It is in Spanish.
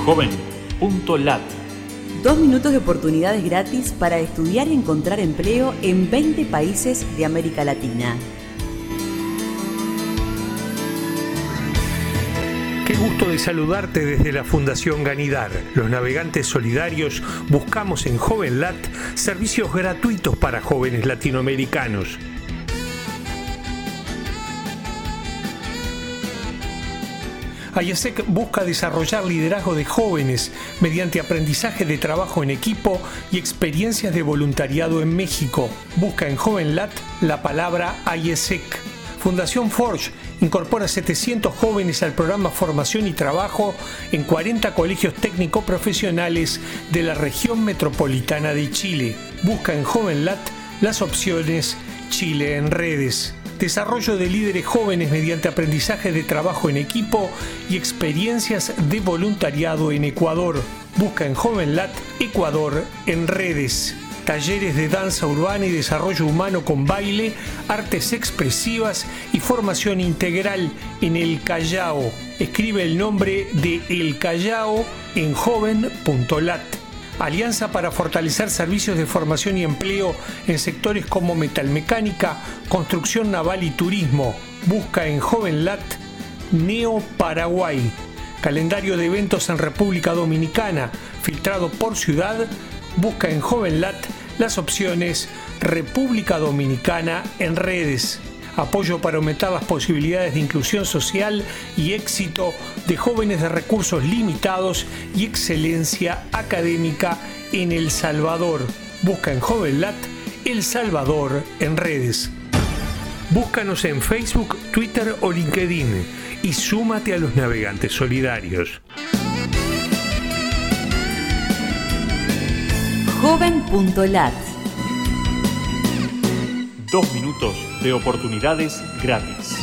Joven.lat. 2 minutos de oportunidades gratis para estudiar y encontrar empleo en 20 países de América Latina. Qué gusto de saludarte desde la Fundación Ganidar. Los navegantes solidarios buscamos en JovenLat servicios gratuitos para jóvenes latinoamericanos. AIESEC busca desarrollar liderazgo de jóvenes mediante aprendizaje de trabajo en equipo y experiencias de voluntariado en México. Busca en JovenLat la palabra AIESEC. Fundación Forge incorpora 700 jóvenes al programa Formación y Trabajo en 40 colegios técnico-profesionales de la región metropolitana de Chile. Busca en JovenLat las opciones Chile en redes. Desarrollo de líderes jóvenes mediante aprendizaje de trabajo en equipo y experiencias de voluntariado en Ecuador. Busca en JovenLat Ecuador en redes. Talleres de danza urbana y desarrollo humano con baile, artes expresivas y formación integral en El Callao. Escribe el nombre de El Callao en joven.lat. Alianza para fortalecer servicios de formación y empleo en sectores como metalmecánica, construcción naval y turismo. Busca en JovenLat Neo Paraguay. Calendario de eventos en República Dominicana, filtrado por ciudad. Busca en JovenLat las opciones República Dominicana en redes. Apoyo para aumentar las posibilidades de inclusión social y éxito de jóvenes de recursos limitados y excelencia académica en El Salvador. Busca en JovenLat El Salvador en redes. Búscanos en Facebook, Twitter o LinkedIn y súmate a los navegantes solidarios. Joven.lat. 2 minutos de oportunidades gratis.